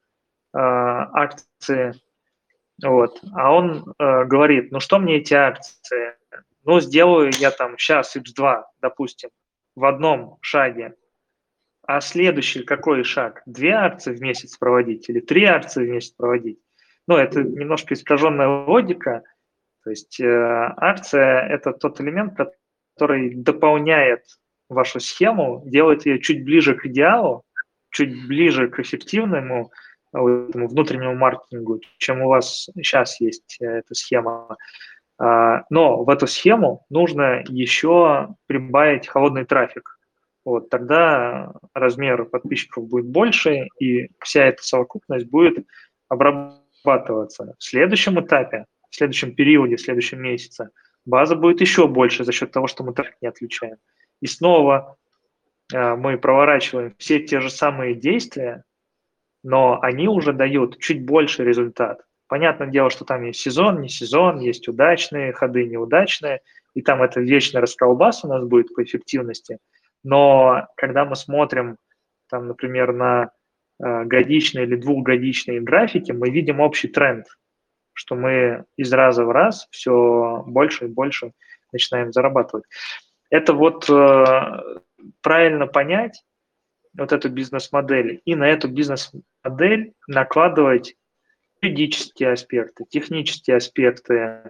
акции, вот, а он говорит, ну что мне эти акции? Ну, сделаю я там сейчас X2, допустим, в одном шаге. А следующий какой шаг? 2 акции в месяц проводить или 3 акции в месяц проводить? Ну, это немножко искаженная логика. То есть акция – это тот элемент, который дополняет вашу схему, делает ее чуть ближе к идеалу, чуть ближе к эффективному этому внутреннему маркетингу, чем у вас сейчас есть эта схема. Но в эту схему нужно еще прибавить холодный трафик. Вот, тогда размер подписчиков будет больше, и вся эта совокупность будет обрабатываться. В следующем этапе, в следующем периоде, в следующем месяце база будет еще больше за счет того, что мы трафик не отключаем. И снова мы проворачиваем все те же самые действия, но они уже дают чуть больше результат. Понятное дело, что там есть сезон, не сезон, есть удачные ходы, неудачные, и там это вечный расколбас у нас будет по эффективности. Но когда мы смотрим, там, например, на годичные или двухгодичные графики, мы видим общий тренд, что мы из раза в раз все больше и больше начинаем зарабатывать. Это вот правильно понять вот эту бизнес-модель и на эту бизнес-модель накладывать юридические аспекты, технические аспекты,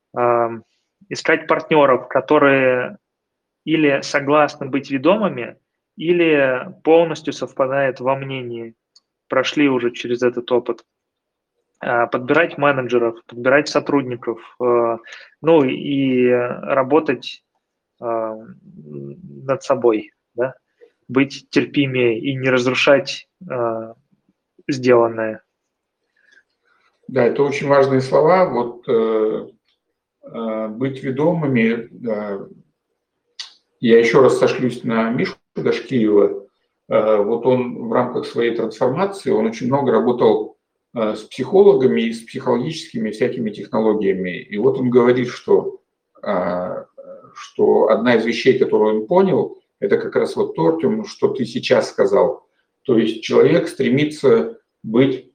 искать партнеров, которые или согласны быть ведомыми, или полностью совпадают во мнении, прошли уже через этот опыт. Подбирать менеджеров, подбирать сотрудников, ну и работать над собой, да? Быть терпимее и не разрушать сделанное. Да, это очень важные слова. Вот быть ведомыми. Я еще раз сошлюсь на Мишу Дашкиева. Вот он в рамках своей трансформации, он очень много работал с психологами и с психологическими всякими технологиями. И вот он говорит, что одна из вещей, которую он понял, это как раз вот то, Артем, что ты сейчас сказал. То есть человек стремится быть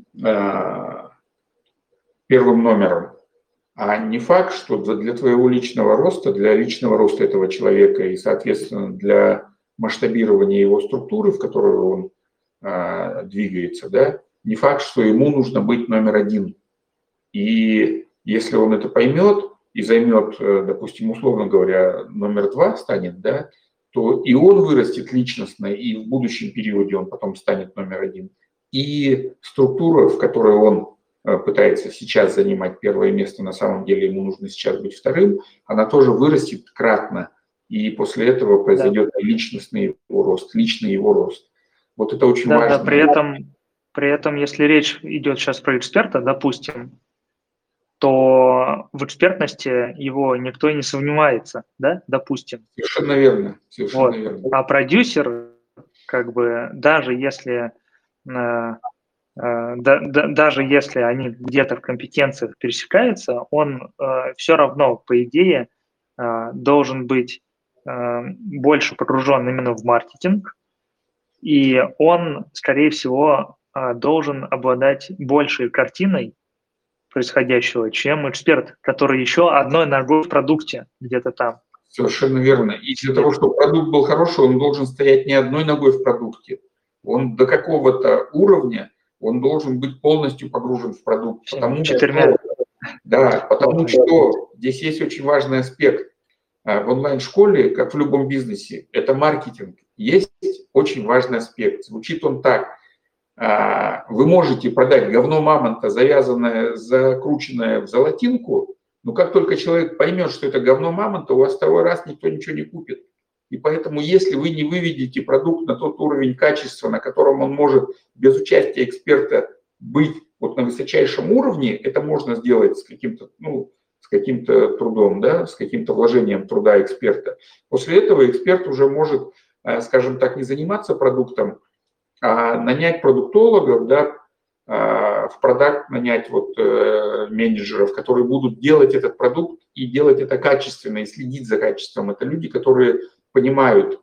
первым номером. А не факт, что для твоего личного роста, для личного роста этого человека и, соответственно, для масштабирования его структуры, в которую он двигается, да, не факт, что ему нужно быть номер один. И если он это поймет и займет, допустим, условно говоря, номер 2 станет, да, то и он вырастет личностно, и в будущем периоде он потом станет номер 1. И структура, в которой он пытается сейчас занимать первое место, на самом деле ему нужно сейчас быть вторым, она тоже вырастет кратно, и после этого произойдет личностный его рост, личный его рост. Вот это очень важно. Да, при этом При этом, если речь идет сейчас про эксперта, допустим, то в экспертности его никто не сомневается, да, допустим. Совершенно верно, совершенно Вот. верно. А продюсер, как бы, даже если даже если они где-то в компетенциях пересекаются, он все равно, по идее, должен быть больше погружен именно в маркетинг, и он, скорее всего, должен обладать большей картиной происходящего, чем эксперт, который еще одной ногой в продукте где-то там. Совершенно верно. И для того, чтобы продукт был хороший, он должен стоять не одной ногой в продукте. Он до какого-то уровня, он должен быть полностью погружен в продукт. Четырьмя. Потому что здесь есть очень важный аспект. В онлайн-школе, как в любом бизнесе, это маркетинг. Есть очень важный аспект. Звучит он так. Вы можете продать говно мамонта, завязанное, закрученное в золотинку, но как только человек поймет, что это говно мамонта, у вас второй раз никто ничего не купит. И поэтому, если вы не выведете продукт на тот уровень качества, на котором он может без участия эксперта быть вот на высочайшем уровне, это можно сделать с каким-то трудом, да, с каким-то вложением труда эксперта. После этого эксперт уже может, скажем так, не заниматься продуктом, а нанять продуктологов, да, в продакт нанять менеджеров, которые будут делать этот продукт и делать это качественно, и следить за качеством. Это люди, которые понимают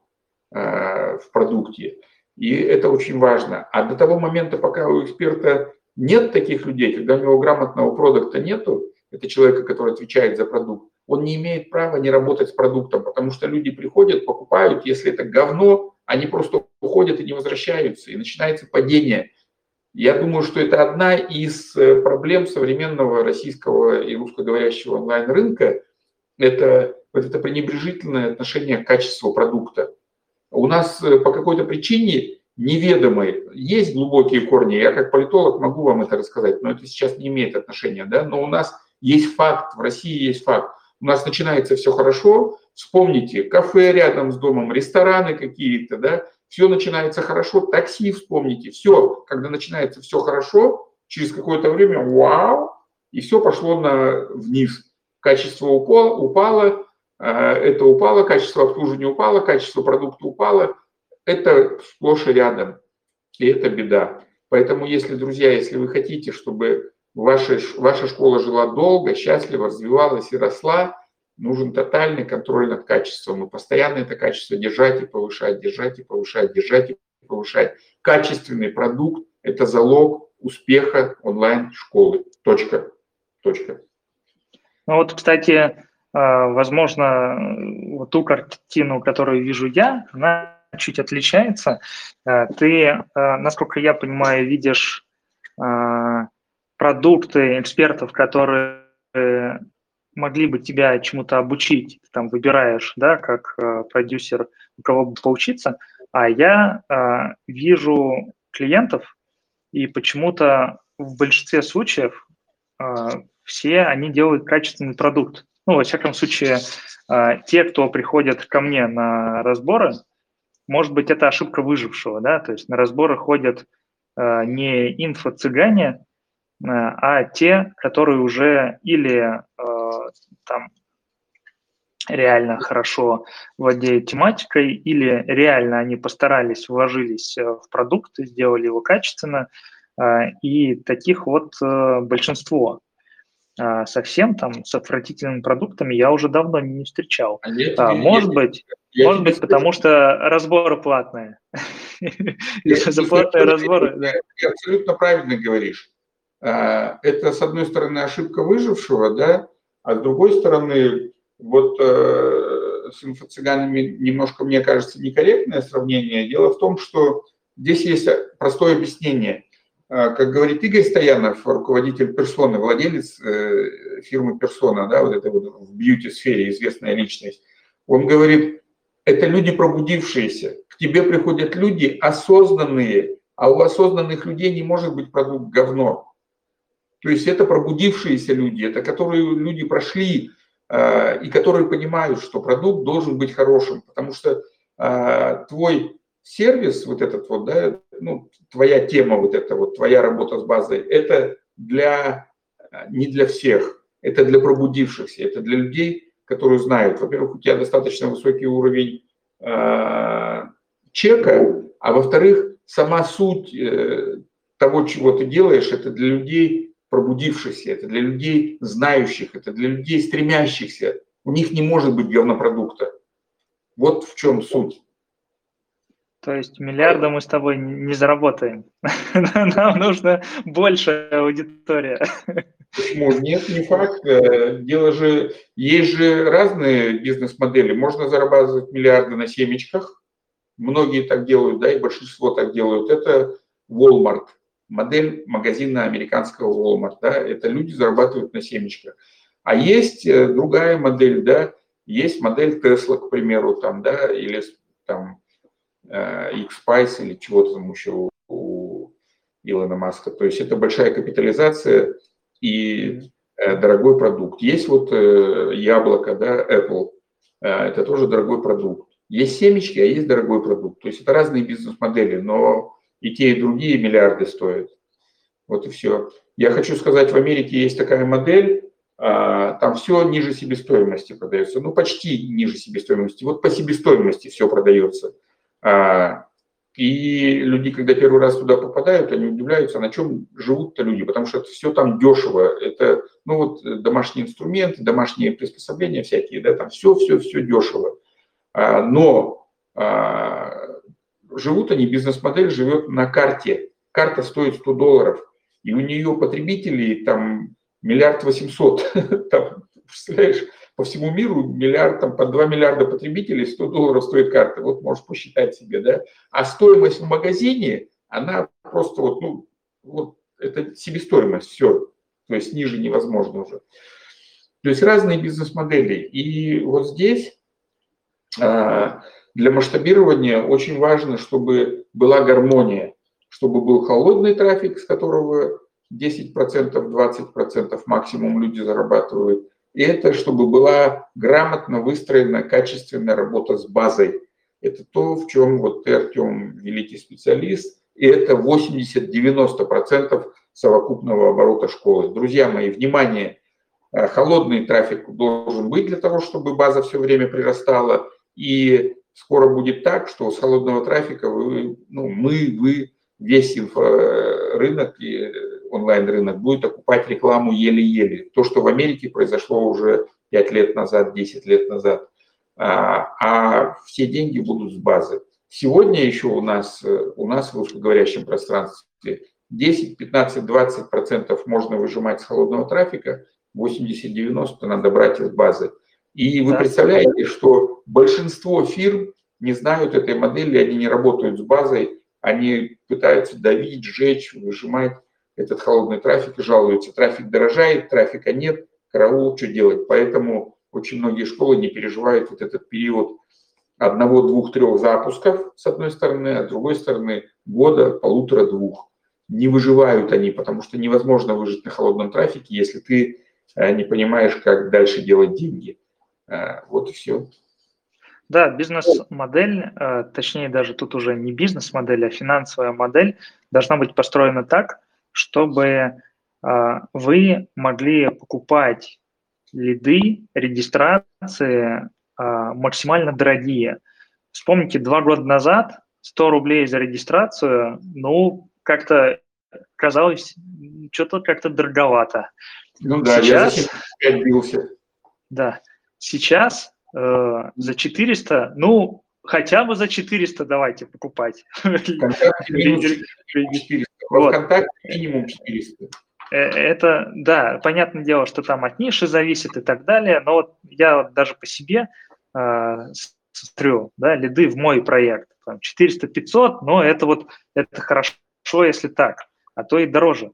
в продукте. И это очень важно. А до того момента, пока у эксперта нет таких людей, когда у него грамотного продукта нету, это человека, который отвечает за продукт, он не имеет права не работать с продуктом, потому что люди приходят, покупают, если это говно, они просто уходят и не возвращаются, и начинается падение. Я думаю, что это одна из проблем современного российского и русскоговорящего онлайн-рынка, это пренебрежительное отношение к качеству продукта. У нас по какой-то причине неведомой есть глубокие корни, я как политолог могу вам это рассказать, но это сейчас не имеет отношения, да, но у нас есть факт, в России есть факт. У нас начинается все хорошо, вспомните, кафе рядом с домом, рестораны какие-то, да, все начинается хорошо, такси вспомните, все, когда начинается все хорошо, через какое-то время вау, и все пошло вниз. Качество упало, это упало, качество обслуживания упало, качество продукта упало, это сплошь и рядом, и это беда. Поэтому, друзья, если вы хотите, чтобы ваша школа жила долго, счастливо, развивалась и росла, нужен тотальный контроль над качеством. И постоянно это качество держать и повышать, держать и повышать, держать и повышать. Качественный продукт – это залог успеха онлайн-школы. Точка. Ну вот, кстати, возможно, вот ту картину, которую вижу я, она чуть отличается. Ты, насколько я понимаю, видишь продукты экспертов, которые могли бы тебя чему-то обучить, ты там выбираешь, да, как продюсер, у кого бы поучиться, а я вижу клиентов, и почему-то в большинстве случаев все они делают качественный продукт. Ну, во всяком случае, те, кто приходят ко мне на разборы, может быть, это ошибка выжившего, да, то есть на разборы ходят не инфо-цыгане, а те, которые уже или там реально хорошо владеют тематикой, или реально они постарались, вложились в продукт, сделали его качественно, и таких вот большинство. Совсем там с отвратительными продуктами я уже давно не встречал. Может быть, потому что разборы платные. За платные разборы. Ты абсолютно правильно говоришь. Это, с одной стороны, ошибка выжившего, да, а с другой стороны, с инфо-цыганами немножко, мне кажется, некорректное сравнение. Дело в том, что здесь есть простое объяснение. Как говорит Игорь Стоянов, руководитель Персоны, владелец фирмы Персона, да, в бьюти-сфере известная личность, он говорит, это люди пробудившиеся. К тебе приходят люди осознанные, а у осознанных людей не может быть продукт говно. То есть это пробудившиеся люди, это которые люди прошли и которые понимают, что продукт должен быть хорошим, потому что твой сервис, вот этот вот, да, ну, твоя тема, вот эта вот, твоя работа с базой, это не для всех, это для пробудившихся, это для людей, которые знают, во-первых, у тебя достаточно высокий уровень чека, а во-вторых, сама суть того, чего ты делаешь, это для людей пробудившихся, это для людей знающих, это для людей стремящихся. У них не может быть говнопродукта. Вот в чем суть. То есть миллиарда мы с тобой не заработаем. Нам нужна большая аудитория. Почему? Нет, не факт. Дело же, есть же разные бизнес-модели. Можно зарабатывать миллиарды на семечках. Многие так делают, да, и большинство так делают. Это Walmart, модель магазина американского Walmart, да, это люди зарабатывают на семечках. А есть другая модель, да, есть модель Tesla, к примеру, там, да, или там X-Spice или чего-то там еще у Илона Маска. То есть это большая капитализация и дорогой продукт. Есть вот яблоко, да, Apple, это тоже дорогой продукт. Есть семечки, а есть дорогой продукт. То есть это разные бизнес-модели, но и те, и другие миллиарды стоят. Вот и все. Я хочу сказать, в Америке есть такая модель, там все ниже себестоимости продается, ну почти ниже себестоимости. Вот по себестоимости все продается. И люди, когда первый раз туда попадают, они удивляются, на чем живут-то люди, потому что это все там дешево. Это, ну вот, домашние инструменты, домашние приспособления всякие, да, там все дешево. Но живут они, бизнес-модель живет на карте. Карта стоит $100, и у нее потребителей там 1 800 000 000. Там, представляешь, по всему миру миллиард, там, по 2 миллиарда потребителей, $100 стоит карта. Вот можешь посчитать себе, да. А стоимость в магазине, она просто вот, ну, вот это себестоимость, все. То есть ниже невозможно уже. То есть разные бизнес-модели. И вот здесь для масштабирования очень важно, чтобы была гармония, чтобы был холодный трафик, с которого 10%, 20% максимум люди зарабатывают. И это чтобы была грамотно выстроена качественная работа с базой. Это то, в чем вот ты, Артем, великий специалист, и это 80-90% совокупного оборота школы. Друзья мои, внимание, холодный трафик должен быть для того, чтобы база все время прирастала, и скоро будет так, что с холодного трафика вы, ну, вы, весь инфорынок и онлайн-рынок будет окупать рекламу еле-еле. То, что в Америке произошло уже 5 лет назад, 10 лет назад. А все деньги будут с базы. Сегодня еще у нас в русскоговорящем пространстве 10, 15, 20% можно выжимать с холодного трафика, 80-90 надо брать из базы. И вы представляете, что большинство фирм не знают этой модели, они не работают с базой, они пытаются давить, сжечь, выжимать этот холодный трафик и жалуются. Трафик дорожает, трафика нет, караул, что делать? Поэтому очень многие школы не переживают вот этот период 1, 2, 3 запусков, с одной стороны, а с другой стороны года, 1,5-2. Не выживают они, потому что невозможно выжить на холодном трафике, если ты не понимаешь, как дальше делать деньги. Вот и все. Да, бизнес-модель, точнее даже тут уже не бизнес-модель, а финансовая модель должна быть построена так, чтобы вы могли покупать лиды, регистрации максимально дорогие. Вспомните, 2 года назад 100 рублей за регистрацию, ну, как-то казалось, что-то как-то дороговато. Ну да, сейчас, я за 75 бился. Да, сейчас за 400, ну, хотя бы за 400 давайте покупать. ВКонтакте минус 400, во ВКонтакте минимум 400. Это, да, понятное дело, что там от ниши зависит и так далее, но вот я даже по себе смотрю, да, лиды в мой проект, там 400-500, но это вот, это хорошо, если так, а то и дороже.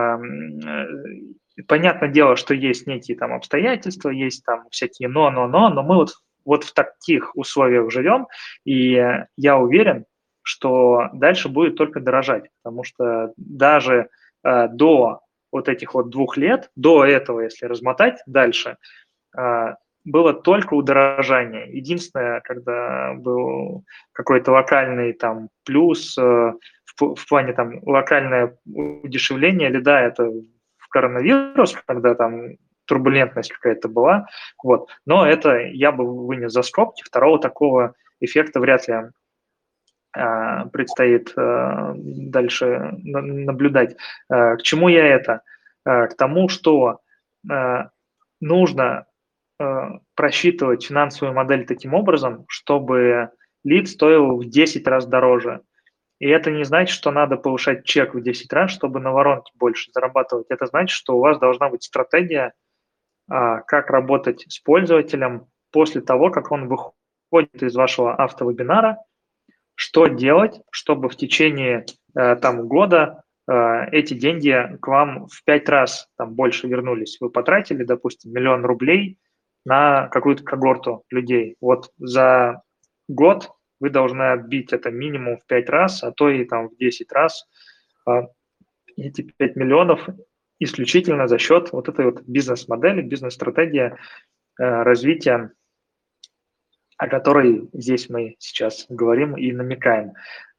Понятное дело, что есть некие там обстоятельства, есть там всякие но мы вот в таких условиях живем, и я уверен, что дальше будет только дорожать, потому что даже до вот этих вот 2 лет, до этого, если размотать дальше, было только удорожание. Единственное, когда был какой-то локальный там плюс в плане там локальное удешевление лида, это в коронавирус, когда там турбулентность какая-то была, вот. Но это я бы вынес за скобки. Второго такого эффекта вряд ли предстоит дальше наблюдать. К чему я это? К тому, что нужно просчитывать финансовую модель таким образом, чтобы лид стоил в 10 раз дороже. И это не значит, что надо повышать чек в 10 раз, чтобы на воронке больше зарабатывать. Это значит, что у вас должна быть стратегия, как работать с пользователем после того, как он выходит из вашего автовебинара, что делать, чтобы в течение там, года эти деньги к вам в 5 раз там, больше вернулись. Вы потратили, допустим, 1 000 000 рублей на какую-то когорту людей. Вот за год вы должны отбить это минимум в 5 раз, а то и там, в 10 раз. Эти 5 миллионов исключительно за счет вот этой вот бизнес-модели, бизнес-стратегии развития, о которой здесь мы сейчас говорим и намекаем.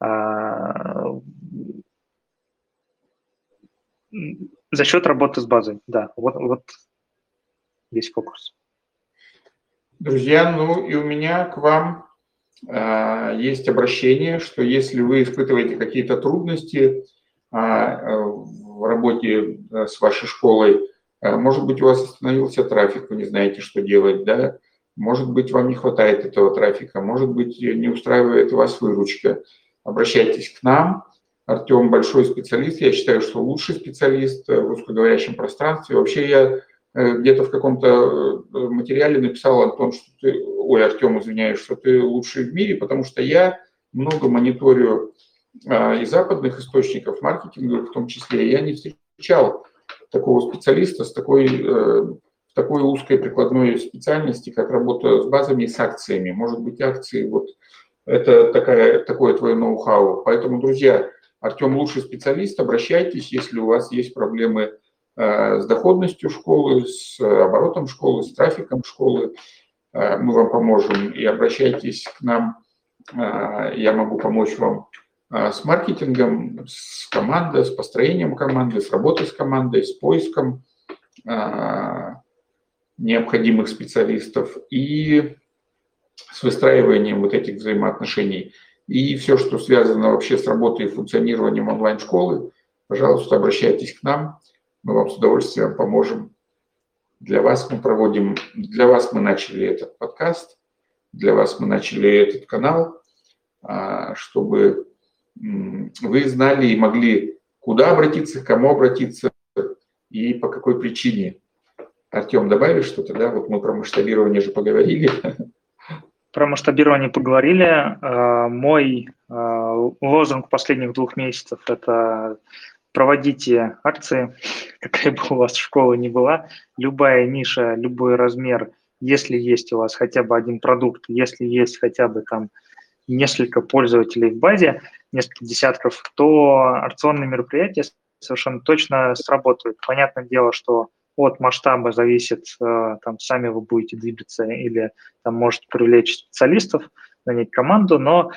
За счет работы с базой, да, вот весь фокус. Друзья, ну и у меня к вам есть обращение, что если вы испытываете какие-то трудности в работе с вашей школой, может быть, у вас остановился трафик, вы не знаете, что делать, да? Может быть, вам не хватает этого трафика, может быть, не устраивает вас выручка. Обращайтесь к нам. Артем большой специалист, я считаю, что лучший специалист в русскоговорящем пространстве. Вообще я где-то в каком-то материале написал, Антон, что ты, Артем, извиняюсь, что ты лучший в мире, потому что я много мониторю и западных источников маркетинга в том числе. Я не встречал такого специалиста с такой узкой прикладной специальности, как работа с базами и с акциями. Может быть, акции, вот это такое твое ноу-хау. Поэтому, друзья, Артем лучший специалист, обращайтесь, если у вас есть проблемы с доходностью школы, с оборотом школы, с трафиком школы. Мы вам поможем и обращайтесь к нам. Я могу помочь вам с маркетингом, с командой, с построением команды, с работой с командой, с поиском необходимых специалистов и с выстраиванием вот этих взаимоотношений. И все, что связано вообще с работой и функционированием онлайн-школы, пожалуйста, обращайтесь к нам. Мы вам с удовольствием поможем. Для вас мы начали этот подкаст, для вас мы начали этот канал, чтобы вы знали и могли, куда обратиться, к кому обратиться и по какой причине. Артем, добавишь что-то, да? Вот мы про масштабирование же поговорили. Про масштабирование поговорили. Мой лозунг последних 2 месяцев – это проводите акции, какая бы у вас школа ни была, любая ниша, любой размер, если есть у вас хотя бы один продукт, если есть хотя бы там несколько пользователей в базе, несколько десятков, то акционные мероприятия совершенно точно сработают. Понятное дело, что от масштаба зависит, там сами вы будете двигаться или там можете привлечь специалистов, нанять команду, но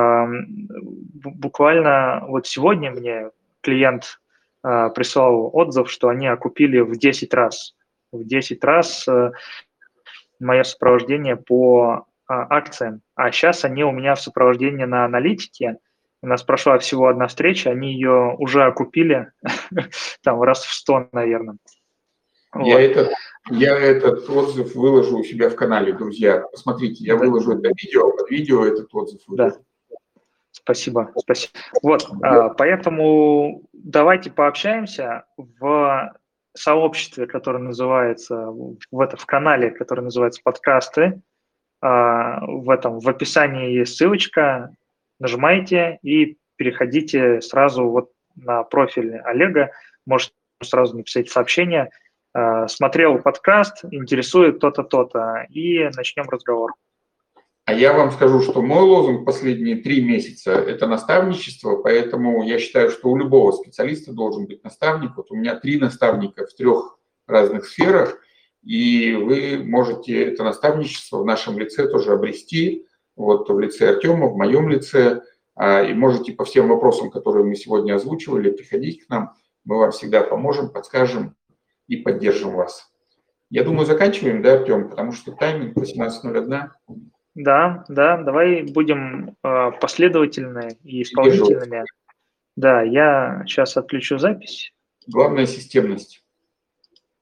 буквально вот сегодня мне клиент прислал отзыв, что они окупили в 10 раз. В 10 раз мое сопровождение по акциям. А сейчас они у меня в сопровождении на аналитике. У нас прошла всего 1 встреча, они ее уже окупили там раз в 100, наверное. Я этот отзыв выложу у себя в канале, друзья. Посмотрите, я выложу это видео, под видео этот отзыв выложу. Да. Спасибо. Вот, поэтому давайте пообщаемся в сообществе, которое называется, в канале, который называется «Подкасты». В описании есть ссылочка, нажимайте и переходите сразу вот на профиль Олега, можете сразу написать сообщение. Смотрел подкаст, интересует то-то, то-то, и начнем разговор. А я вам скажу, что мой лозунг последние 3 месяца – это наставничество, поэтому я считаю, что у любого специалиста должен быть наставник. Вот у меня 3 наставника в 3 разных сферах. и вы можете это наставничество в нашем лице тоже обрести, вот в лице Артема, в моем лице, и можете по всем вопросам, которые мы сегодня озвучивали, приходить к нам, мы вам всегда поможем, подскажем и поддержим вас. Я думаю, заканчиваем, да, Артем, потому что тайминг 18:01. Да, давай будем последовательны и исполнительными. Да, я сейчас отключу запись. Главное – системность.